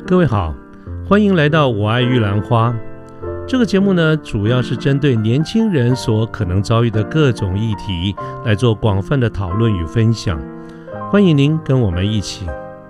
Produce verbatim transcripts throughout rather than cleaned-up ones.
各位好，欢迎来到我爱玉兰花。这个节目呢，主要是针对年轻人所可能遭遇的各种议题来做广泛的讨论与分享。欢迎您跟我们一起。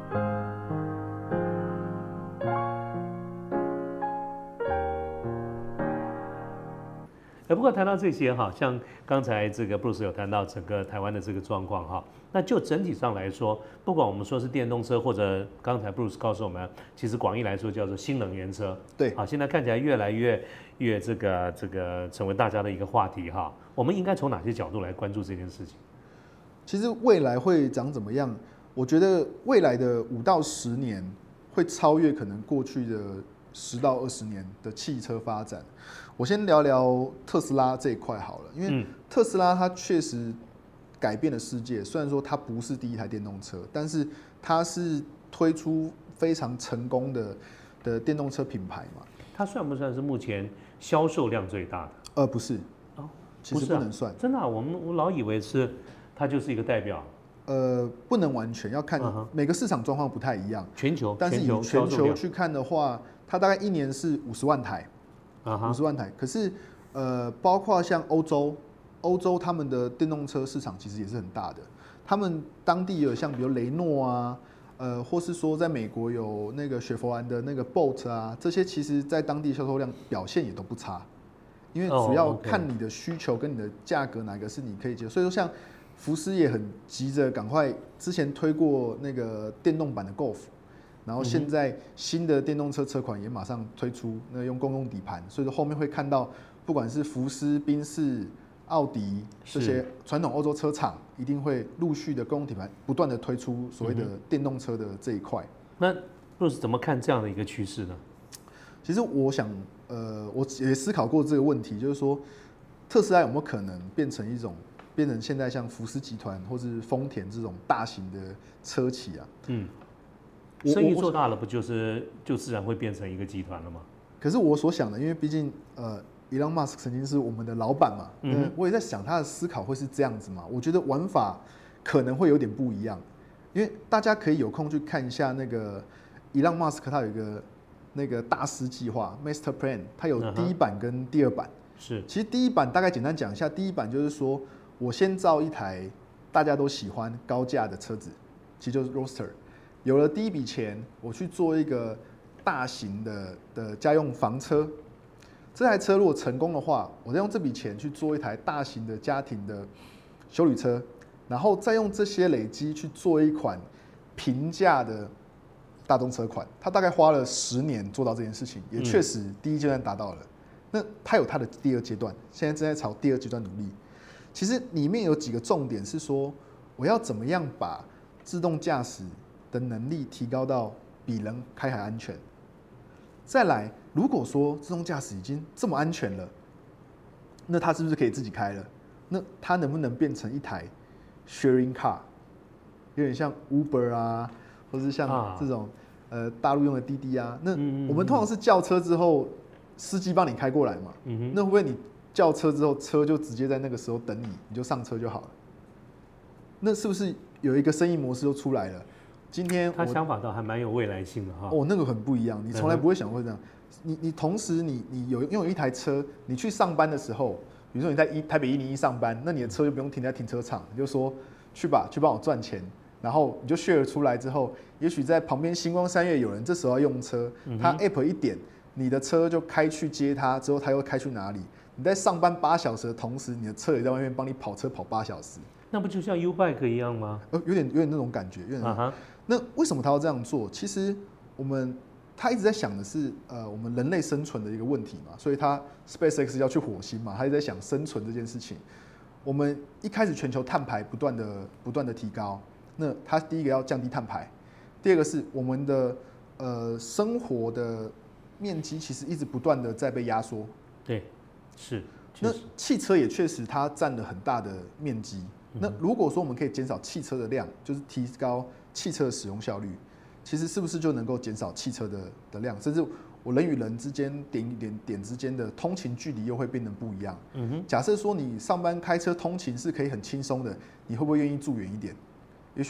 不过谈到这些哈，像刚才这个 Bruce 有谈到整个台湾的这个状况哈，那就整体上来说，不管我们说是电动车，或者刚才 Bruce 告诉我们，其实广义来说叫做新能源车， 对， 好，现在看起来越来越越这个这个成为大家的一个话题哈。我们应该从哪些角度来关注这件事情？ 其实未来会长怎么样？我觉得未来的五到十年会超越可能过去的十到二十年的汽车发展。我先聊聊特斯拉这一块好了，因为特斯拉它确实改变了世界。虽然说它不是第一台电动车，但是它是推出非常成功的的电动车品牌嘛。 它算不算是目前销售量最大的？ 呃，不是， 哦， 其实不能算。 啊、真的、啊，我们我老以为是它就是一个代表。 呃，不能完全要看每个市场状况不太一样。 全球， 但是以全球去看的话，它大概一年是五十万台。五十万台，可是呃，包括像欧洲，欧洲他们的电动车市场其实也是很大的。他们当地有像比如雷诺啊，呃，或是说在美国有那个雪佛兰的那个 Bolt 啊，这些其实在当地销售量表现也都不差。因为主要看你的需求跟你的价格哪个是你可以接受。所以说像福斯也很急着赶快，之前推过那个电动版的 Golf。然后现在新的电动车车款也马上推出，那用公共底盘，所以说后面会看到，不管是福斯、宾士、奥迪这些传统欧洲车厂，一定会陆续的公共底盘不断的推出所谓的电动车的这一块。 那 Bruce 怎么看这样的一个趋势呢？ 其实我想，呃，我也思考过这个问题，就是说，特斯拉有没有可能变成一种，变成现在像福斯集团或是丰田这种大型的车企啊？嗯。 生意做大了，不就是就自然会变成一个集团了吗？ 可是我所想的，因为毕竟呃，Elon Musk 曾经是我们的老板嘛，嗯，我也在想他的思考会是这样子嘛。我觉得玩法可能会有点不一样，因为大家可以有空去看一下那个 Elon Musk 他有一个那个大师计划 Master Plan， 他有第一版跟第二版。 是， 其实第一版大概简单讲一下，第一版就是说我先造一台大家都喜欢高价的车子，其实就是 Roadster。有了第一笔钱，我去做一个大型的的家用房车。这台车如果成功的话，我再用这笔钱去做一台大型的家庭的休旅车，然后再用这些累积去做一款平价的大众车款。他大概花了十年做到这件事情，也确实第一阶段达到了。那他有他的第二阶段，现在正在朝第二阶段努力。其实里面有几个重点是说，我要怎么样把自动驾驶的能力提高到比人开还安全。再来，如果说自动驾驶已经这么安全了，那它是不是可以自己开了？那它能不能变成一台 sharing car， 有点像 Uber 啊，或是像这种、啊、呃大陆用的滴滴啊？那我们通常是叫车之后，司机帮你开过来嘛。嗯、那会不会你叫车之后，车就直接在那个时候等你，你就上车就好了？那是不是有一个生意模式就出来了？今天他想法倒还蛮有未来性的哈。 哦，那个很不一样，你从来不会想过这样。你你同时你你有拥有一台车，你去上班的时候，比如说你在一台北一零一上班，那你的车就不用停在停车场，你就说去吧，去帮我赚钱，然后你就 share 出来之后，也许在旁边星光三月有人这时候要用车，他 app 一点，你的车就开去接他，之后他又开去哪里？你在上班八小时的同时，你的车也在外面帮你跑车跑八小时。 那不就像 U-Bike 一样吗？ 呃，有点有点那种感觉，有点。Uh-huh. 那为什么他要这样做？其实我们他一直在想的是，呃，我们人类生存的一个问题嘛，所以他 SpaceX 要去火星嘛，他一直在想生存这件事情。我们一开始全球碳排不断的不断的提高，那他第一个要降低碳排，第二个是我们的呃生活的面积其实一直不断的在被压缩。 对，是。 那汽车也确实它占了很大的面积。那如果说我们可以减少汽车的量，就是提高汽车的使用效率，其实是不是就能够减少汽车的的量，甚至我人与人之间点与点点之间的通勤距离又会变得不一样。嗯哼，假设说你上班开车通勤是可以很轻松的，你会不会愿意住远一点？也许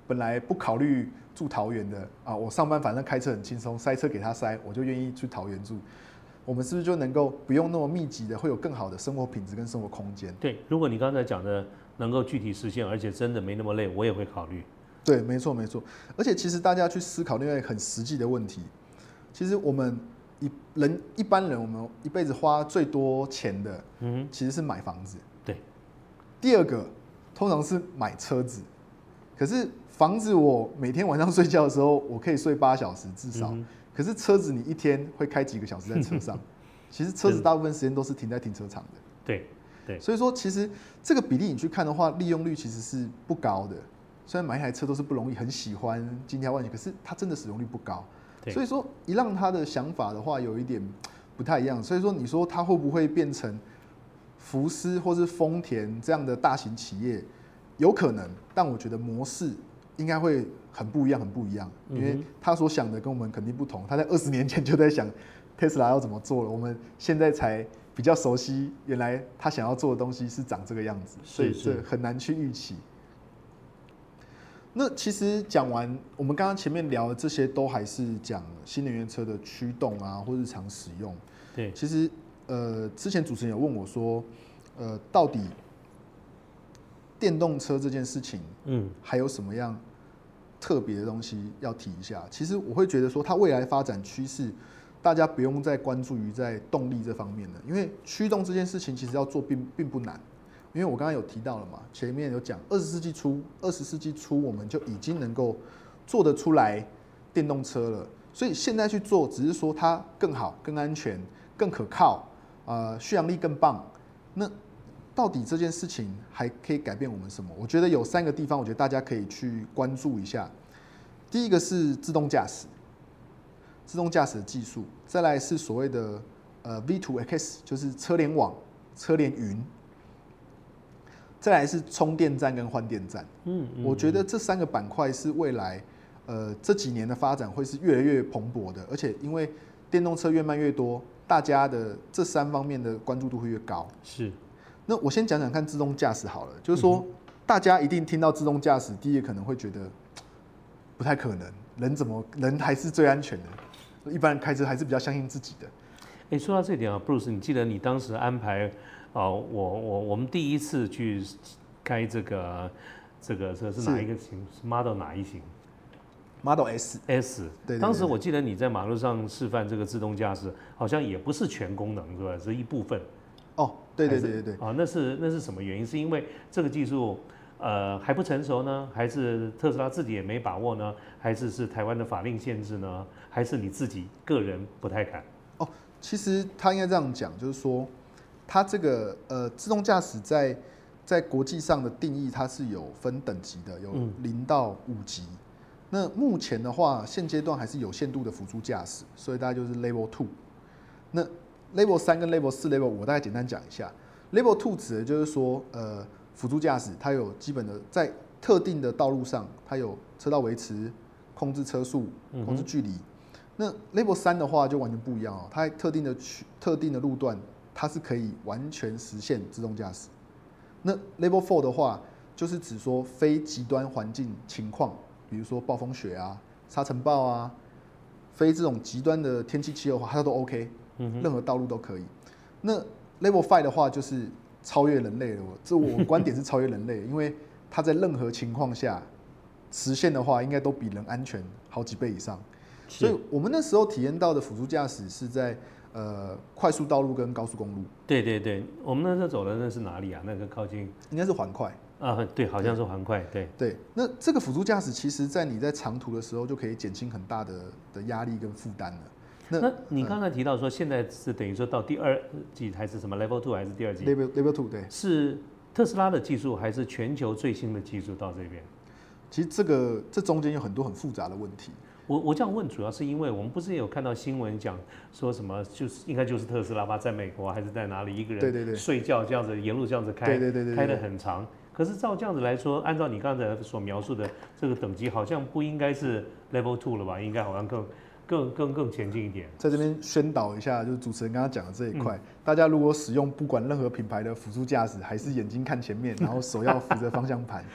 本来不考虑住桃园的啊，我上班反正开车很轻松，塞车给他塞，我就愿意去桃园住。我们是不是就能够不用那么密集的，会有更好的生活品质跟生活空间？ 对，如果你刚才讲的能够具体实现，而且真的没那么累，我也会考虑。 对，没错没错。而且其实大家去思考另外一个很实际的问题，其实我们一人一般人，我们一辈子花最多钱的，嗯，其实是买房子。 对。 第二个，通常是买车子。可是房子，我每天晚上睡觉的时候，我可以睡八小时至少。嗯、可是车子，你一天会开几个小时在车上？其实车子大部分时间都是停在停车场的。 对对。 所以说，其实这个比例你去看的话，利用率其实是不高的。虽然买一台车都是不容易，很喜欢精挑万选，可是它真的使用率不高。所以说，一让他的想法的话，有一点不太一样。所以说，你说他会不会变成福斯或是丰田这样的大型企业？有可能，但我觉得模式应该会很不一样，很不一样。因为他所想的跟我们肯定不同。他在二十年前就在想 Tesla 要怎么做了，我们现在才比较熟悉，原来他想要做的东西是长这个样子，所以这很难去预期。那其实讲完，我们刚刚前面聊的这些都还是讲新能源车的驱动啊，或日常使用。 对， 其实呃，之前主持人有问我说，呃，到底电动车这件事情，嗯，还有什么样特别的东西要提一下？其实我会觉得说，它未来发展趋势，大家不用再关注于在动力这方面了，因为驱动这件事情其实要做并并不难。因为我刚刚有提到了嘛，前面有讲，二十世纪初，二十世纪初我们就已经能够做得出来电动车了，所以现在去做，只是说它更好、更安全、更可靠，呃，续航力更棒。那到底这件事情还可以改变我们什么？我觉得有三个地方，我觉得大家可以去关注一下。第一个是自动驾驶，自动驾驶的技术；再来是所谓的呃 V 二 X， 就是车联网、车联云。再来是充电站跟换电站，嗯，嗯我觉得这三个板块是未来，呃，这几年的发展会是越来越蓬勃的，而且因为电动车越卖越多，大家的这三方面的关注度会越高。 是， 那我先讲讲看自动驾驶好了，就是说、嗯、大家一定听到自动驾驶，第一个可能会觉得不太可能，人怎么人还是最安全的，一般人开车还是比较相信自己的。 哎，说到这点啊 ，Bruce， 你记得你当时安排？哦，我我我们第一次去开这个这个这是哪一个型？是 Model 哪一型 ？Model S S。 对。 当时我记得你在马路上示范这个自动驾驶，好像也不是全功能，是吧？是一部分。 哦，对对对对对。 啊，那是那是什么原因？是因为这个技术呃还不成熟呢，还是特斯拉自己也没把握呢？还是是台湾的法令限制呢？还是你自己个人不太敢？ 哦，其实他应该这样讲，就是说。它这个呃自动驾驶在在国际上的定义，它是有分等级的，有零到五级。嗯、那目前的话，现阶段还是有限度的辅助驾驶，所以大概就是 Level Two。那 Level 三跟 Level 四、Level 五，我大概简单讲一下。Level Two 指的就是说，呃，辅助驾驶它有基本的在特定的道路上，它有车道维持、控制车速、控制距离。嗯、那 Level 三的话就完全不一样哦，它特定的区、特定的路段。它是可以完全实现自动驾驶。那 Level Four 的话，就是指说非极端环境情况，比如说暴风雪啊、沙尘暴啊，非这种极端的天气气候的话，它都 OK，、嗯、任何道路都可以。那 Level Five 的话，就是超越人类了。这我观点是超越人类，因为它在任何情况下实现的话，应该都比人安全好几倍以上。所以我们那时候体验到的辅助驾驶是在。呃，快速道路跟高速公路。 对对对，我们那时候走的那是哪里啊？那个靠近应该是环快啊，对，好像是环快，对对。那这个辅助驾驶，其实在你在长途的时候就可以减轻很大的的压力跟负担了。 那, 那你刚才提到说，现在是等于说到第二级还是什么 Level Two 还是第二级 ？Level Level Two 对， 是特斯拉的技术还是全球最新的技术到这边？ 其实这个这中间有很多很复杂的问题。 我我这样问，主要是因为我们不是有看到新闻讲说什么，就是应该就是特斯拉吧，在美国还是在哪里，一个人睡觉这样子沿路这样子开， 对对对对对开得很长。可是照这样子来说，按照你刚才所描述的这个等级，好像不应该是 Level Two 了吧？应该好像更更更更前进一点。 在这边宣导一下，就是主持人刚刚讲的这一块，嗯、大家如果使用不管任何品牌的辅助驾驶，还是眼睛看前面，然后手要扶着方向盘。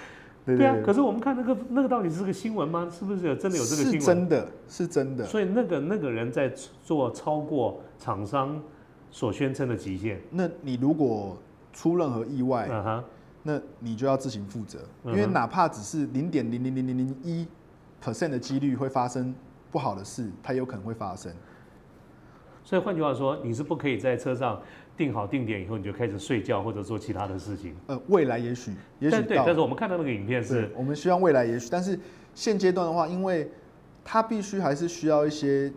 对对啊，可是我们看那个那个到底是个新闻吗？是不是有真的有这个新闻？ 是真的，是真的。 所以那个那个人在做超过厂商所宣称的极限。 那你如果出任何意外， 嗯哼， 那你就要自行负责， 嗯因为哪怕只是零点零零零零零一 percent 的几率会发生不好的事，它有可能会发生。 所以换句话说，你是不可以在车上定好定点以后你就开始睡觉或者做其他的事情。 呃，未来也许，也许但对，但是我们看到那个影片是， 我们希望未来也许，但是现阶段的话，因为它必须还是需要一些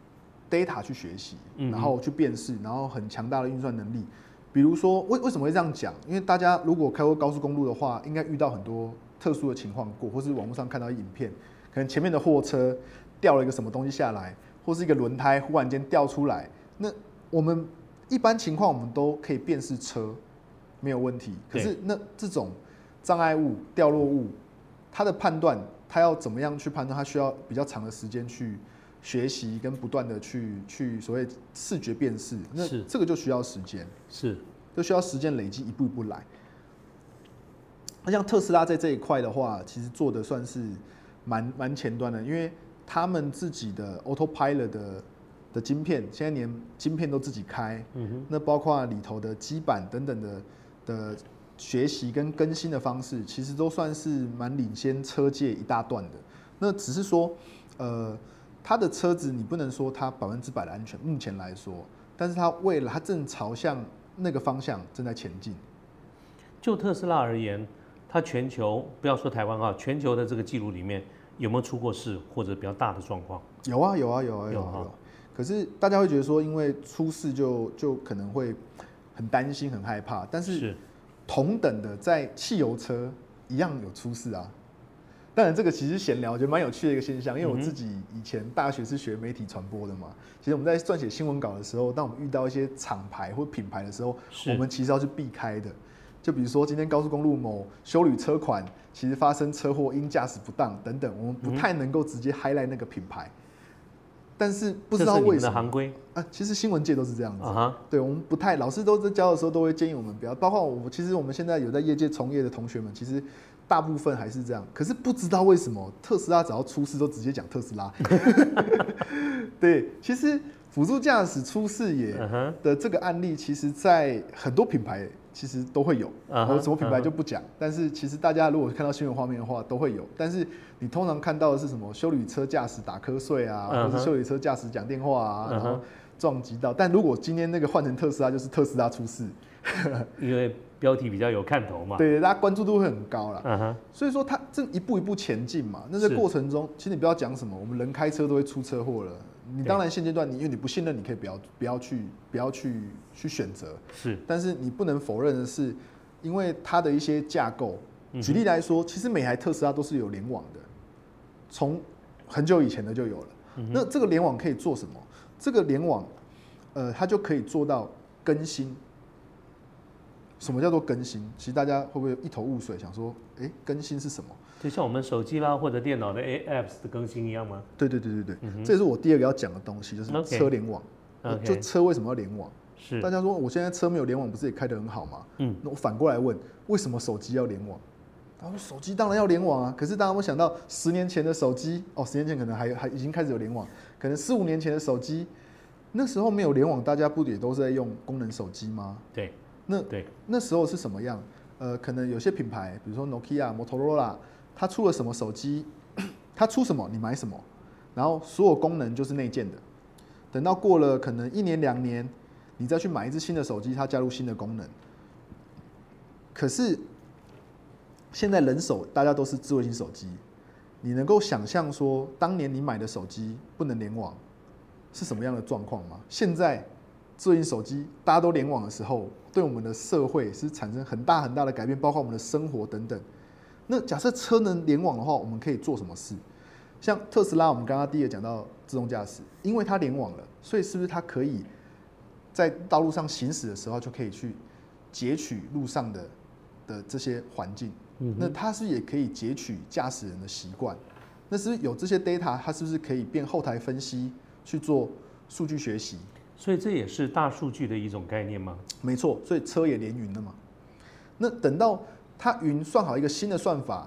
data 去学习， 嗯、 然后去辨识，然后很强大的运算能力。比如说，为为什么会这样讲？因为大家如果开过高速公路的话，应该遇到很多特殊的情况过，或是网络上看到影片，可能前面的货车掉了一个什么东西下来，或是一个轮胎忽然间掉出来，那我们一般情况我们都可以辨识车，没有问题。可是那这种障碍物、掉落物，它的判断，它要怎么样去判断？它需要比较长的时间去学习，跟不断的去去所谓视觉辨识。那这个就需要时间， 是， 就需要时间累积，一步一步来。那像特斯拉在这一块的话，其实做的算是蛮蛮前端的，因为他们自己的 Autopilot 的的晶片，现在连晶片都自己开，嗯哼，那包括里头的基板等等的的学习跟更新的方式，其实都算是蛮领先车界一大段的。那只是说，呃，它的车子你不能说它百分之百的安全，目前来说，但是它为了它正朝向那个方向正在前进。 就特斯拉而言，它全球不要说台湾啊，全球的这个记录里面有没有出过事或者比较大的状况？ 有啊，有啊，有啊，有啊。有啊可是大家会觉得说，因为出事就就可能会很担心、很害怕。但是同等的，在汽油车一样有出事啊。当然，这个其实闲聊，我觉得蛮有趣的一个现象。因为我自己以前大学是学媒体传播的嘛，其实我们在撰写新闻稿的时候，当我们遇到一些厂牌或品牌的时候，我们其实要去避开的。就比如说今天高速公路某休旅车款其实发生车祸，因驾驶不当等等，我们不太能够直接 highlight 那个品牌。但是不知道为什么， 行规啊，其实新闻界都是这样子。Uh-huh. 对，我们不太，老师都在教的时候都会建议我们不要，包括我，其实我们现在有在业界从业的同学们，其实大部分还是这样。可是不知道为什么特斯拉只要出事都直接讲特斯拉。对，其实辅助驾驶出事也的这个案例，其实在很多品牌其实都会有，我、uh-huh, 什么品牌就不讲。Uh-huh. 但是其实大家如果看到新闻画面的话，都会有。但是你通常看到的是什么？休旅车驾驶打瞌睡啊， uh-huh. 或者休旅车驾驶讲电话啊， uh-huh. 然后撞击到。但如果今天那个换成特斯拉，就是特斯拉出事， 因为标题比较有看头嘛。 对，大家关注度会很高啦。 Uh-huh. 所以说它这一步一步前进嘛。那在过程中，其实你不要讲什么，我们人开车都会出车祸了。你当然现阶段你因为你不信任，你可以不要不要去不要去去选择。 是， 但是你不能否认的是，因为它的一些架构，举例来说，其实每台特斯拉都是有联网的，从很久以前的就有了。嗯、那这个联网可以做什么？这个联网，呃，它就可以做到更新。什么叫做更新？其实大家会不会一头雾水，想说，哎、欸，更新是什么？ 就像我们手机啦或者电脑的 apps 的更新一样吗？ 对对对对对，嗯、这也是我第二个要讲的东西，就是车联网。 Okay. 就车为什么要联网？ 是大家说我现在车没有联网，不是也开得很好吗？嗯，那我反过来问，为什么手机要联网？他说手机当然要联网啊，可是大家有没有想到，十年前的手机，哦，十年前可能还还已经开始有联网，可能四五年前的手机，那时候没有联网，大家不也都是在用功能手机吗？ 对， 那对， 那时候是什么样？呃，可能有些品牌，比如说 Nokia、Motorola， 它出了什么手机，它出什么你买什么，然后所有功能就是内建的。等到过了可能一年两年，你再去买一支新的手机，它加入新的功能。可是现在人手大家都是智慧型手机，你能够想象说当年你买的手机不能联网是什么样的状况吗？现在智慧型手机大家都联网的时候，对我们的社会是产生很大很大的改变，包括我们的生活等等。那假设车能联网的话，我们可以做什么事？像特斯拉，我们刚刚第一个讲到自动驾驶，因为它联网了，所以是不是它可以在道路上行驶的时候就可以去截取路上的的这些环境？嗯、那它是不是也可以截取驾驶人的习惯？那是不是有这些 data， 它是不是可以变后台分析去做数据学习？ 所以这也是大数据的一种概念吗？ 没错，所以车也联云了嘛。那等到它云算好一个新的算法，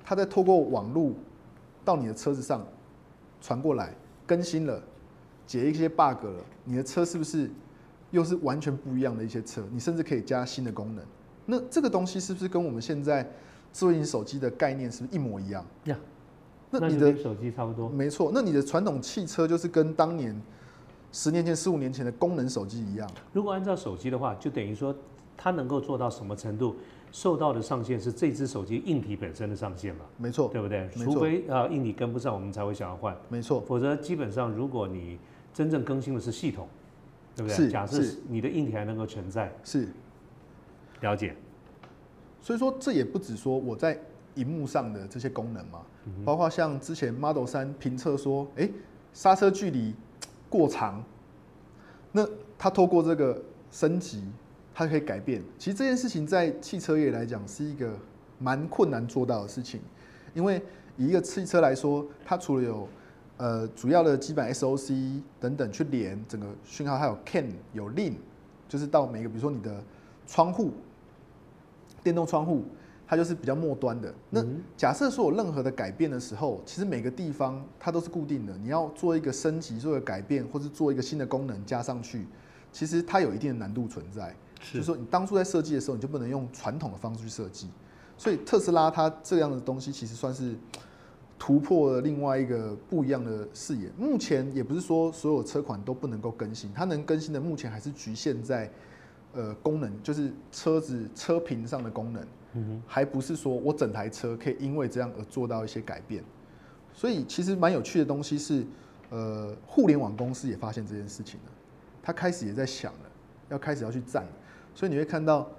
它在透过网路到你的车子上传过来，更新了，解一些 bug 了，你的车是不是又是完全不一样的一些车？你甚至可以加新的功能。那这个东西是不是跟我们现在智慧型手机的概念是不是一模一样？ 呀、yeah, 那你的手机差不多， 没错。那你的传统汽车就是跟当年十年前、十五年前的功能手机一样。 如果按照手机的话，就等于说它能够做到什么程度？受到的上限是这只手机硬体本身的上限嘛？ 没错， 对不对？除非啊、呃、硬体跟不上，我们才会想要换。 没错， 否则基本上如果你真正更新的是系统，对不对？ 是。 假设你的硬体还能够存在， 是。 了解。 所以说这也不止说我在荧幕上的这些功能嘛，嗯、包括像之前 Model 三评测说，哎，刹车距离过长，那它透过这个升级。它可以改变，其实这件事情在汽车业来讲是一个蛮困难做到的事情，因为以一个汽车来说，它除了有呃主要的基本 S O C 等等去连整个讯号，还有 C A N 有 L I N， 就是到每个比如说你的窗户，电动窗户，它就是比较末端的。那假设说有任何的改变的时候，其实每个地方它都是固定的，你要做一个升级、做一个改变，或是做一个新的功能加上去，其实它有一定的难度存在。就是说，你当初在设计的时候，你就不能用传统的方式去设计。所以特斯拉它这样的东西，其实算是突破了另外一个不一样的视野。目前也不是说所有车款都不能够更新，它能更新的目前还是局限在呃功能，就是车子车屏上的功能，嗯、还不是说我整台车可以因为这样而做到一些改变。所以其实蛮有趣的东西是，呃，互联网公司也发现这件事情了，他开始也在想了，要开始要去站了。所以你会看到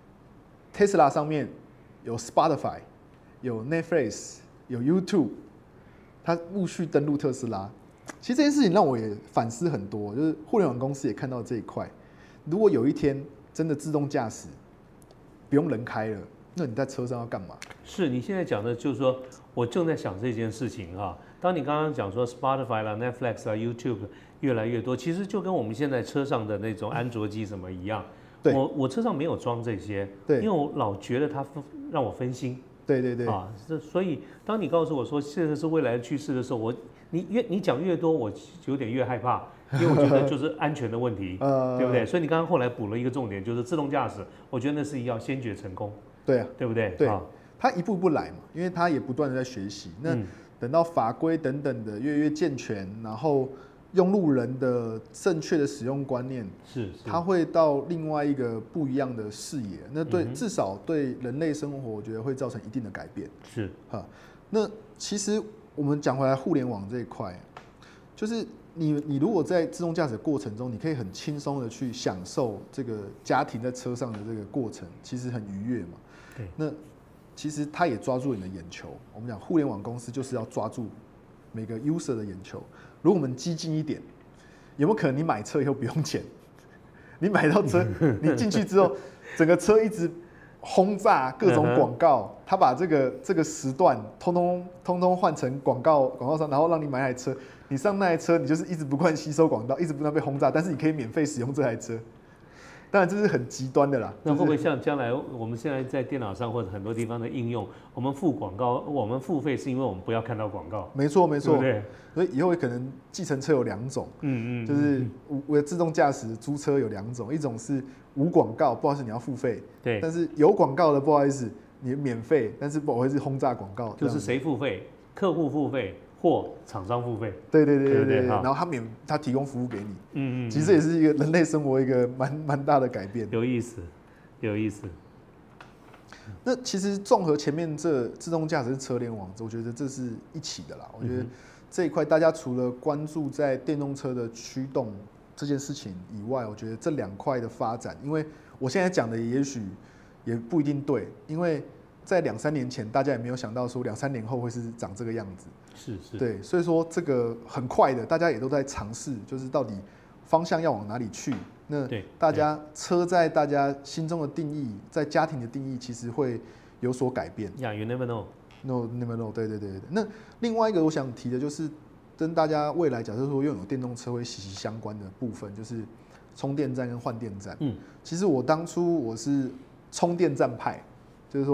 Tesla 上面有 Spotify， 有 Netflix， 有 YouTube， 它陆续登陆特斯拉。其实这件事情让我也反思很多，就是互联网公司也看到这一块。如果有一天真的自动驾驶不用人开了，那你在车上要干嘛？ 是你现在讲的，就是说我正在想这件事情哈。当你刚刚讲说 Spotify 啦、Netflix 啦、YouTube 越来越多，其实就跟我们现在车上的那种安卓机什么一样。我我车上没有装这些，因为我老觉得它让我分心。 对对对。 啊，所以当你告诉我说这个是未来的趋势的时候，我你越你讲越多，我有点越害怕，因为我觉得就是安全的问题，对不对？所以你刚刚后来补了一个重点，就是自动驾驶，我觉得那是要先决成功。 对啊， 对不对？ 对，它一步一步来嘛，因为它也不断的在学习。那等到法规等等的越来越健全，然后用路人的正确的使用观念， 是， 它会到另外一个不一样的视野。那对、嗯、至少对人类生活，我觉得会造成一定的改变。 是哈。那其实我们讲回来，互联网这一块，就是你你如果在自动驾驶的过程中，你可以很轻松的去享受这个家庭在车上的这个过程，其实很愉悦嘛。 对。 那其实它也抓住你的眼球。我们讲互联网公司就是要抓住每个 user 的眼球。如果我们激进一点，有没有可能你买车以后不用钱？你买到车，你进去之后，整个车一直轰炸各种广告，他把这个这个时段通通通通换成广告广告商，然后让你买台车，你上那台车，你就是一直不断吸收广告，一直不断被轰炸，但是你可以免费使用这台车。当然这是很极端的啦。 那会不会像将来我们现在在电脑上或者很多地方的应用，我们付广告，我们付费是因为我们不要看到广告？ 没错没错， 对， 所以以后可能计程车有两种，嗯嗯，就是无自动驾驶租车有两种，一种是无广告，不好意思你要付费， 对， 但是有广告的不好意思你免费，但是不好意思轰炸广告， 就是谁付费，客户付费。或厂商付费， 对对对对 对, 对, 对，然后他免他提供服务给你，嗯嗯，其实这也是一个人类生活一个蛮蛮大的改变， 有意思，有意思。 那其实综合前面这自动驾驶车联网，我觉得这是一起的啦。我觉得这一块大家除了关注在电动车的驱动这件事情以外，我觉得这两块的发展，因为我现在讲的也许也不一定对，因为在两三年前，大家也没有想到说两三年后会是长这个样子。 是是。 对，所以说这个很快的，大家也都在尝试，就是到底方向要往哪里去。那大家车在大家心中的定义，在家庭的定义，其实会有所改变。 Yeah, you never know. No, never know. 对对对对。那另外一个我想提的就是，跟大家未来假设说拥有电动车会息息相关的部分，就是充电站跟换电站。嗯，其实我当初我是充电站派，就是说。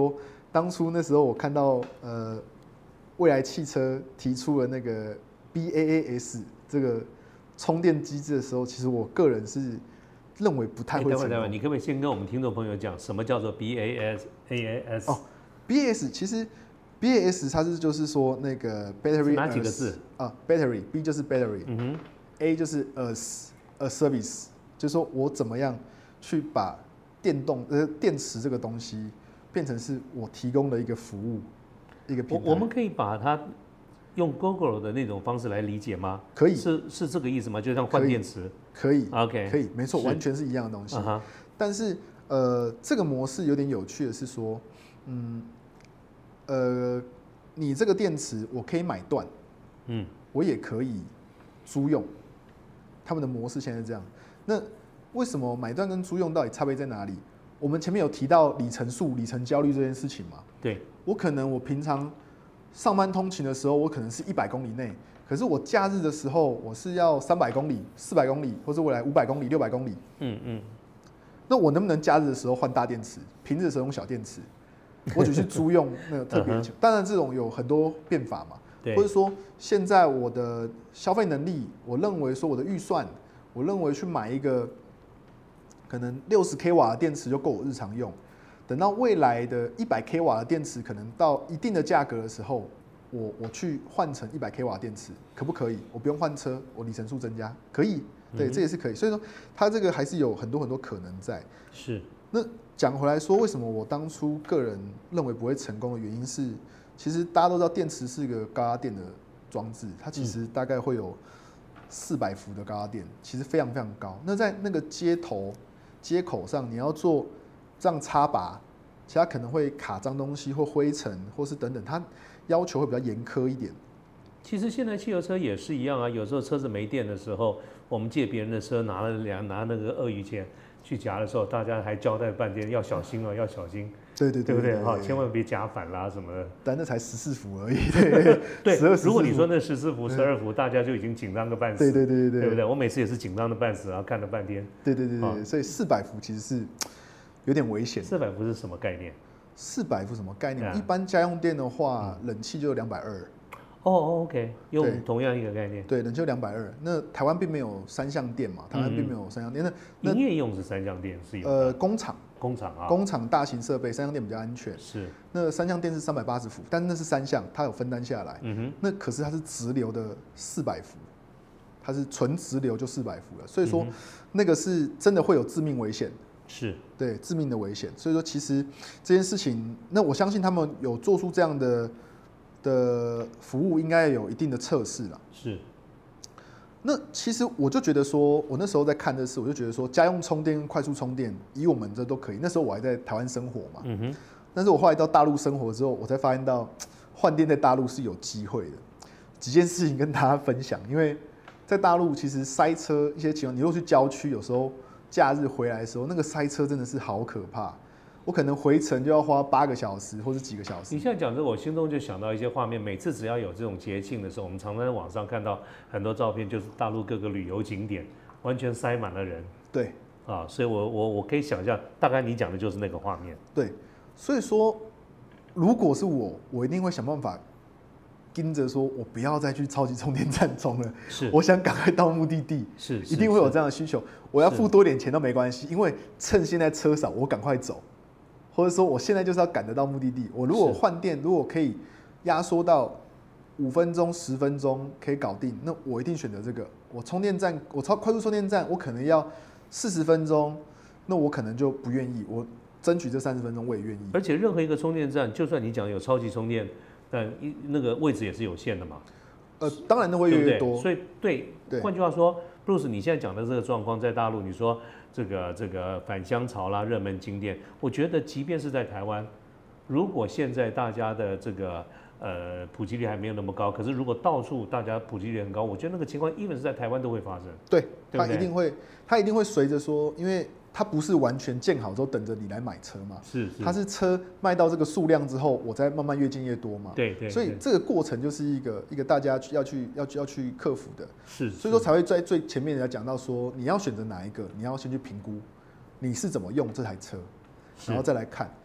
当初那时候我看到呃，蔚来汽车提出了那个 B A A S 这个充电机制的时候，其实我个人是认为不太会成功。 待会你可不可以先跟我们听众朋友讲什么叫做 B A A S？ 哦 ，B A S 其实 B A S 它是就是说那个 battery 哪几个字啊 ？battery B 就是 battery， 嗯哼 A 就是 as a service， 就是说我怎么样去把电动呃电池这个东西变成是我提供的一个服务，一个平台。 我我们可以把它用 Google 的那种方式来理解吗？ 可以， 是是这个意思吗？就像换电池？ 可以 ，OK， 可以，没错，完全是一样的东西。Uh-huh. 但是呃，这个模式有点有趣的是说，嗯，呃，你这个电池我可以买断，嗯，我也可以租用。他们的模式现在是这样。那为什么买断跟租用到底差别在哪里？我们前面有提到里程数、里程焦虑这件事情嘛？ 对， 我可能我平常上班通勤的时候，我可能是一百公里内，可是我假日的时候，我是要三百公里、四百公里，或者未来五百公里、六百公里。嗯嗯。那我能不能假日的时候换大电池，平日的时候用小电池？我只是租用那个特别钱。当然，这种有很多变法嘛。 对。 或者说，现在我的消费能力，我认为说我的预算，我认为去买一个可能六十 k 瓦的电池就够我日常用。等到未来的一百 k 瓦的电池可能到一定的价格的时候，我我去换成一百 k 瓦电池，可不可以？我不用换车，我里程数增加，可以。对，这也是可以。所以说，它这个还是有很多很多可能在。 是。 那讲回来说，为什么我当初个人认为不会成功的原因是，其实大家都知道电池是一个高压电的装置，它其实大概会有四百伏的高压电，其实非常非常高。那在那个接头接口上，你要做这样插拔，其实它可能会卡脏东西或灰尘，或是等等，它要求会比较严苛一点。 其实现在汽油车也是一样啊，有时候车子没电的时候，我们借别人的车拿了两拿那个鳄鱼钳去夹的时候，大家还交代半天要小心哦，要小心。 对对 对, 对不对？哈，千万别夹反啦什么的。 但那才十四伏而已。对对，如果你说那十四伏、十二伏，大家就已经紧张个半死。 对对对对对不对？我每次也是紧张的半死，然后看了半天。 对对对对，所以四百伏其实是有点危险。 四百伏是什么概念？ 四百伏什么概念？一般家用电的话，冷气就两百二。 哦哦 ，OK， 用同样一个概念。 对，冷气两百二。那台湾并没有三相电嘛？台湾并没有三相电。 那营业用是三相电是有。 呃，工厂。 工厂啊。 工厂大型设备三相电比较安全。 是。 那三相电是三百八十伏，但是那是三相，它有分担下来。嗯哼。那可是它是直流的四百伏，它是纯直流就四百伏了，所以说、嗯、那个是真的会有致命危险。 是。对， 致命的危险。所以说其实这件事情，那我相信他们有做出这样的。的服务应该有一定的测试啦。 是。 那其实我就觉得说，我那时候在看这事，我就觉得说，家用充电、快速充电，以我们这都可以。那时候我还在台湾生活嘛，嗯哼。但是我后来到大陆生活之后，我才发现到换电在大陆是有机会的。几件事情跟大家分享，因为在大陆其实塞车一些情况，你如果去郊区，有时候假日回来的时候，那个塞车真的是好可怕。我可能回程就要花八个小时或是几个小时。 你现在讲这，我心中就想到一些画面。每次只要有这种节庆的时候，我们常常在网上看到很多照片，就是大陆各个旅游景点完全塞满了人。 对， 啊，所以我我我可以想象，大概你讲的就是那个画面。 对，所以说，如果是我，我一定会想办法跟着说，我不要再去超级充电站充了。 是， 我想赶快到目的地。 是， 一定会有这样的需求。我要付多点钱都没关系，因为趁现在车少，我赶快走。或者说，我现在就是要赶得到目的地。我如果换电，如果可以压缩到五分钟、十分钟可以搞定，那我一定选择这个。我充电站，我超快速充电站，我可能要四十分钟，那我可能就不愿意。我争取这三十分钟，我也愿意。 而且任何一个充电站，就算你讲有超级充电，但那个位置也是有限的嘛。 呃，当然都会越来越多。 对不对？所以对，对，换句话说 ，Bruce， 你现在讲的这个状况，在大陆，你说。这个这个返乡潮啦，热门景点，我觉得即便是在台湾，如果现在大家的这个呃普及率还没有那么高，可是如果到处大家普及率很高，我觉得那个情况，even是在台湾都会发生。 对，它一定会，它一定会随着说，因为它不是完全建好之后等着你来买车嘛， 是是， 它是车卖到这个数量之后，我再慢慢越建越多嘛， 对 对, 对， 所以这个过程就是一个一个大家要去要去要去克服的， 是， 所以说才会在最前面人家讲到说，你要选择哪一个，你要先去评估你是怎么用这台车，然后再来看。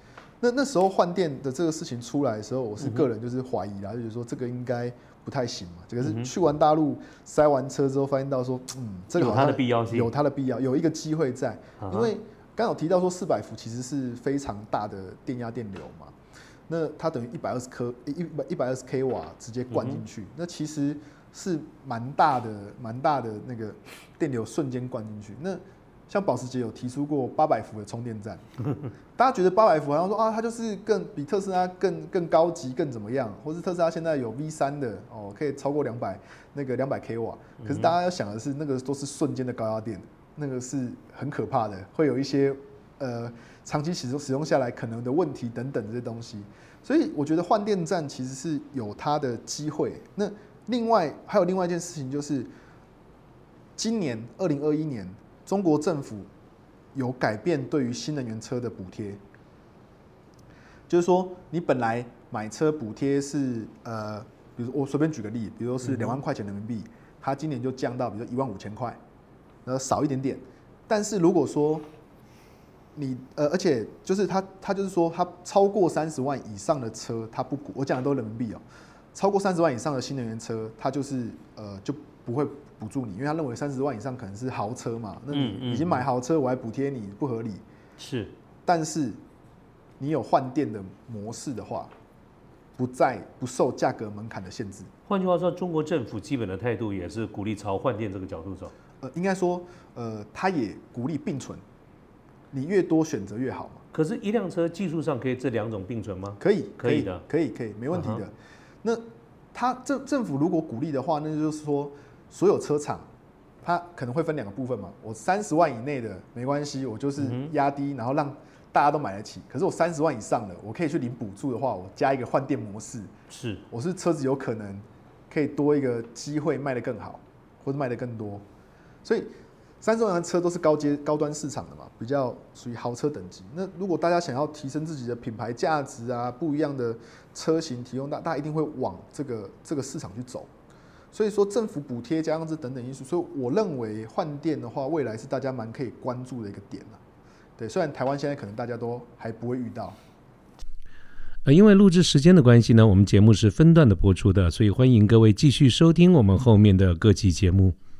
那那时候换电的这个事情出来的时候，我是个人就是怀疑啦，嗯、就觉得说这个应该不太行嘛。这个是去完大陆塞完车之后，发现到说，嗯，这个好像有它的必要性， 有它的必要，有一个机会在，啊、因为刚有提到说四百伏其实是非常大的电压电流嘛，那它等于一百二十克一一百二十 k 瓦直接灌进去，嗯、那其实是蛮大的蛮大的那个电流瞬间灌进去。那像保时捷有提出过八百伏的充电站，大家觉得八百伏好像说啊，它就是更比特斯拉更更高级更怎么样，或是特斯拉现在有 V 三 的哦，可以超过两百那个两百 k 瓦，可是大家要想的是那个都是瞬间的高压电，那个是很可怕的，会有一些呃长期使用使用下来可能的问题等等这些东西，所以我觉得换电站其实是有它的机会。那另外还有另外一件事情就是，今年二零二一年。中国政府有改变对于新能源车的补贴，就是说你本来买车补贴是呃，比如我随便举个例，比如说是两万块钱人民币，它今年就降到比如说一万五千块，然后少一点点。但是如果说你呃，而且就是它它就是说它超过三十万以上的车，它不补，我讲的都是人民币哦，超过三十万以上的新能源车，它就是呃就不会补助你，因为他认为三十万以上可能是豪车嘛，那你已经买豪车，我还补贴你，不合理。 是， 但是你有换电的模式的话，不再不受价格门槛的限制。 换句话说，中国政府基本的态度也是鼓励朝换电这个角度走。 呃，应该说，呃，他也鼓励并存，你越多选择越好嘛。 可是，一辆车技术上可以这两种并存吗？ 可以， 可以的， 可以，可以，没问题的。Uh-huh. 那他政政府如果鼓励的话，那就是说。所有车厂，它可能会分两个部分嘛。我三十万以内的没关系，我就是压低，然后让大家都买得起。可是我三十万以上的，我可以去领补助的话，我加一个换电模式， 是， 我是车子有可能可以多一个机会卖得更好，或者卖得更多。所以三十万的车都是高阶高端市场的嘛，比较属于豪车等级。那如果大家想要提升自己的品牌价值啊，不一样的车型提供，大大家一定会往这个这个市场去走。所以说政府补贴加上这等等因素，所以我认为换电的话，未来是大家蛮可以关注的一个点啦。对，虽然台湾现在可能大家都还不会遇到。 呃，因为录制时间的关系呢，我们节目是分段的播出的，所以欢迎各位继续收听我们后面的各期节目。